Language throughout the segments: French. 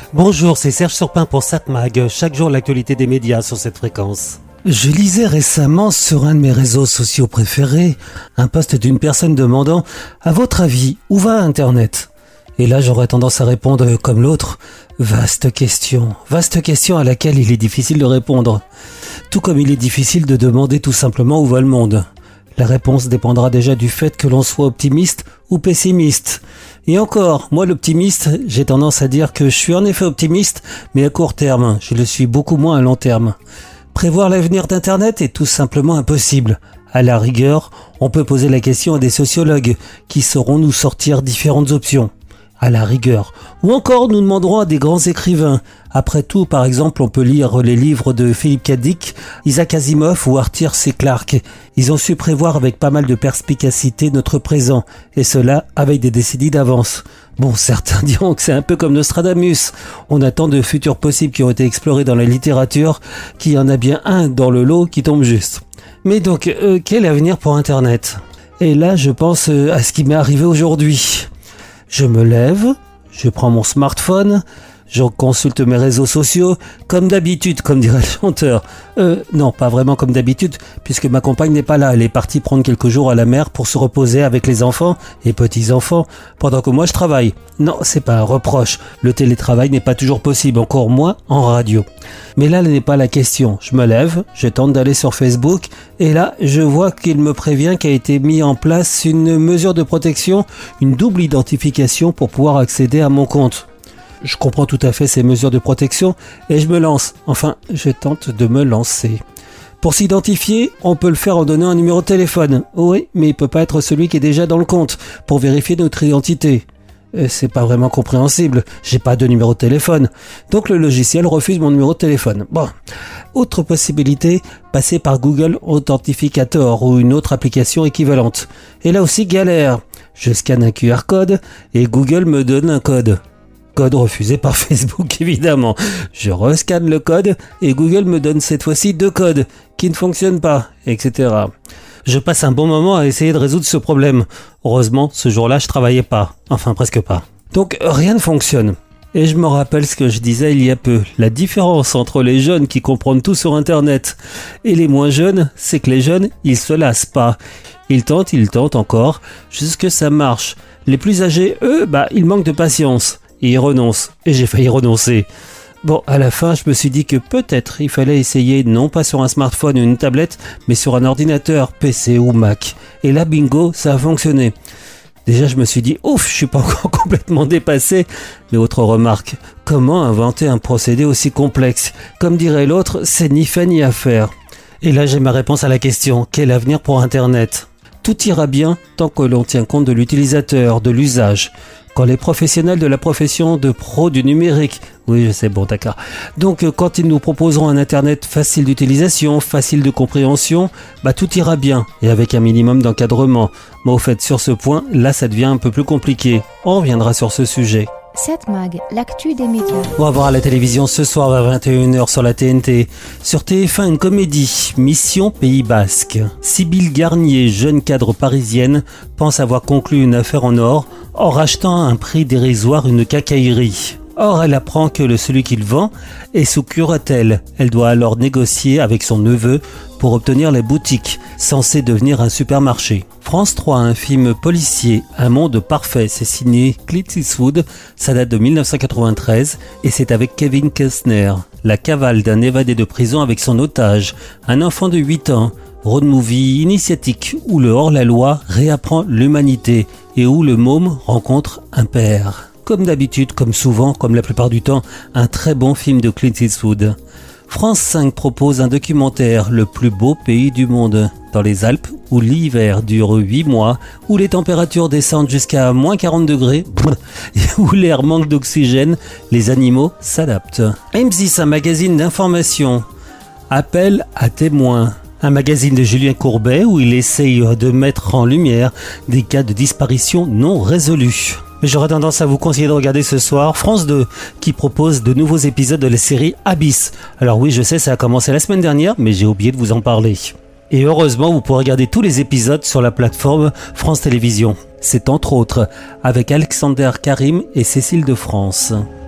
Bonjour, c'est Serge Surpin pour Satmag. Chaque jour, l'actualité des médias sur cette fréquence. Je lisais récemment sur un de mes réseaux sociaux préférés un post d'une personne demandant « À votre avis, où va Internet ?» Et là, j'aurais tendance à répondre comme l'autre « Vaste question à laquelle il est difficile de répondre. Tout comme il est difficile de demander tout simplement où va le monde. La réponse dépendra déjà du fait que l'on soit optimiste ou pessimiste. Et encore, moi l'optimiste, j'ai tendance à dire que je suis en effet optimiste, mais à court terme, je le suis beaucoup moins à long terme. Prévoir l'avenir d'Internet est tout simplement impossible. À la rigueur, on peut poser la question à des sociologues qui sauront nous sortir différentes options. À la rigueur. Ou encore, nous demanderons à des grands écrivains. Après tout, par exemple, on peut lire les livres de Philip K. Dick, Isaac Asimov ou Arthur C. Clarke. Ils ont su prévoir avec pas mal de perspicacité notre présent, et cela avec des décennies d'avance. Bon, certains diront que c'est un peu comme Nostradamus. On attend de futurs possibles qui ont été explorés dans la littérature, qu'il y en a bien un dans le lot qui tombe juste. Mais donc, quel avenir pour Internet ? Et là, je pense à ce qui m'est arrivé aujourd'hui. Je me lève, je prends mon smartphone, je consulte mes réseaux sociaux, comme d'habitude, comme dirait le chanteur. Non, pas vraiment comme d'habitude, puisque ma compagne n'est pas là. Elle est partie prendre quelques jours à la mer pour se reposer avec les enfants et petits-enfants, pendant que moi je travaille. Non, c'est pas un reproche. Le télétravail n'est pas toujours possible, encore moins en radio. Mais là, ce n'est pas la question. Je me lève, je tente d'aller sur Facebook, et là, je vois qu'il me prévient qu'a été mis en place une mesure de protection, une double identification pour pouvoir accéder à mon compte. Je comprends tout à fait ces mesures de protection et je me lance. Enfin, je tente de me lancer. Pour s'identifier, on peut le faire en donnant un numéro de téléphone. Oui, mais il peut pas être celui qui est déjà dans le compte pour vérifier notre identité. C'est pas vraiment compréhensible. J'ai pas de numéro de téléphone. Donc le logiciel refuse mon numéro de téléphone. Bon. Autre possibilité, passer par Google Authentificator ou une autre application équivalente. Et là aussi galère. Je scanne un QR code et Google me donne un code. Code refusé par Facebook, évidemment. Je rescanne le code et Google me donne cette fois-ci 2 codes qui ne fonctionnent pas, etc. Je passe un bon moment à essayer de résoudre ce problème. Heureusement, ce jour-là, je travaillais pas. Enfin, presque pas. Donc, rien ne fonctionne. Et je me rappelle ce que je disais il y a peu. La différence entre les jeunes qui comprennent tout sur Internet et les moins jeunes, c'est que les jeunes, ils se lassent pas. Ils tentent encore, jusqu'à ce que ça marche. Les plus âgés, eux, ils manquent de patience. Et ils renoncent. Et j'ai failli renoncer. Bon, à la fin, je me suis dit que peut-être il fallait essayer non pas sur un smartphone ou une tablette, mais sur un ordinateur, PC ou Mac. Et là, bingo, ça a fonctionné. Déjà, je me suis dit, ouf, je suis pas encore complètement dépassé. Mais autre remarque, comment inventer un procédé aussi complexe ? Comme dirait l'autre, c'est ni fait ni à faire. Et là, j'ai ma réponse à la question, quel avenir pour Internet ? Tout ira bien tant que l'on tient compte de l'utilisateur, de l'usage. Quand les professionnels de la profession de pro du numérique, oui je sais, bon d'accord, donc quand ils nous proposeront un internet facile d'utilisation, facile de compréhension, tout ira bien, et avec un minimum d'encadrement. Mais au fait sur ce point, là ça devient un peu plus compliqué, on reviendra sur ce sujet. Satmag, l'actu des médias. On va voir à la télévision ce soir à 21h sur la TNT. Sur TF1, une comédie, Mission Pays Basque. Sybille Garnier, jeune cadre parisienne, pense avoir conclu une affaire en or en rachetant à un prix dérisoire une quincaillerie. Or, elle apprend que celui qui le vend est sous curatelle. Elle doit alors négocier avec son neveu pour obtenir la boutique, censée devenir un supermarché. France 3, un film policier, Un monde parfait, c'est signé Clint Eastwood, ça date de 1993 et c'est avec Kevin Costner. La cavale d'un évadé de prison avec son otage, un enfant de 8 ans. Road movie initiatique où le hors-la-loi réapprend l'humanité et où le môme rencontre un père. Comme d'habitude, comme souvent, comme la plupart du temps, un très bon film de Clint Eastwood. France 5 propose un documentaire, Le plus beau pays du monde, dans les Alpes, où l'hiver dure 8 mois, où les températures descendent jusqu'à moins 40 degrés, et où l'air manque d'oxygène, les animaux s'adaptent. M6, un magazine d'information. Appel à témoins. Un magazine de Julien Courbet où il essaye de mettre en lumière des cas de disparition non résolus. Mais j'aurais tendance à vous conseiller de regarder ce soir France 2 qui propose de nouveaux épisodes de la série Abyss. Alors oui, je sais, ça a commencé la semaine dernière, mais j'ai oublié de vous en parler. Et heureusement, vous pourrez regarder tous les épisodes sur la plateforme France Télévisions. C'est entre autres avec Alexander Karim et Cécile de France.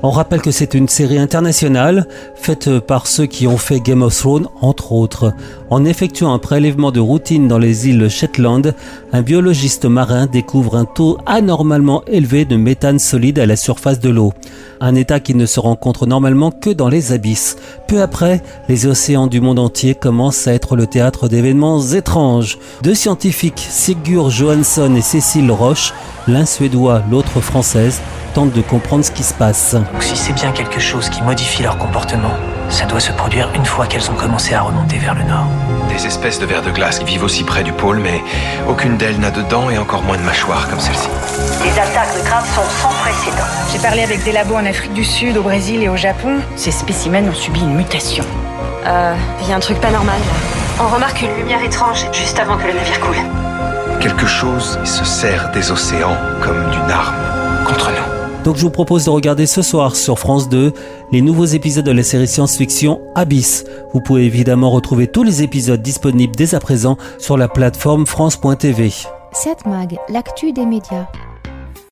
On rappelle que c'est une série internationale faite par ceux qui ont fait Game of Thrones, entre autres. En effectuant un prélèvement de routine dans les îles Shetland, un biologiste marin découvre un taux anormalement élevé de méthane solide à la surface de l'eau. Un état qui ne se rencontre normalement que dans les abysses. Peu après, les océans du monde entier commencent à être le théâtre d'événements étranges. Deux scientifiques, Sigurd Johansson et Cécile Roche, l'un suédois, l'autre française, tentent de comprendre ce qui se passe. Donc si c'est bien quelque chose qui modifie leur comportement, ça doit se produire une fois qu'elles ont commencé à remonter vers le nord. Des espèces de vers de glace qui vivent aussi près du pôle, mais aucune d'elles n'a de dents et encore moins de mâchoires comme celle-ci. Les attaques de crabes sont sans précédent. J'ai parlé avec des labos en Afrique du Sud, au Brésil et au Japon. Ces spécimens ont subi une mutation. Il y a un truc pas normal là. On remarque une lumière étrange juste avant que le navire coule. Quelque chose se sert des océans comme d'une arme contre nous. Donc je vous propose de regarder ce soir sur France 2 les nouveaux épisodes de la série science-fiction Abyss. Vous pouvez évidemment retrouver tous les épisodes disponibles dès à présent sur la plateforme France.tv. 7 Mag, l'actu des médias.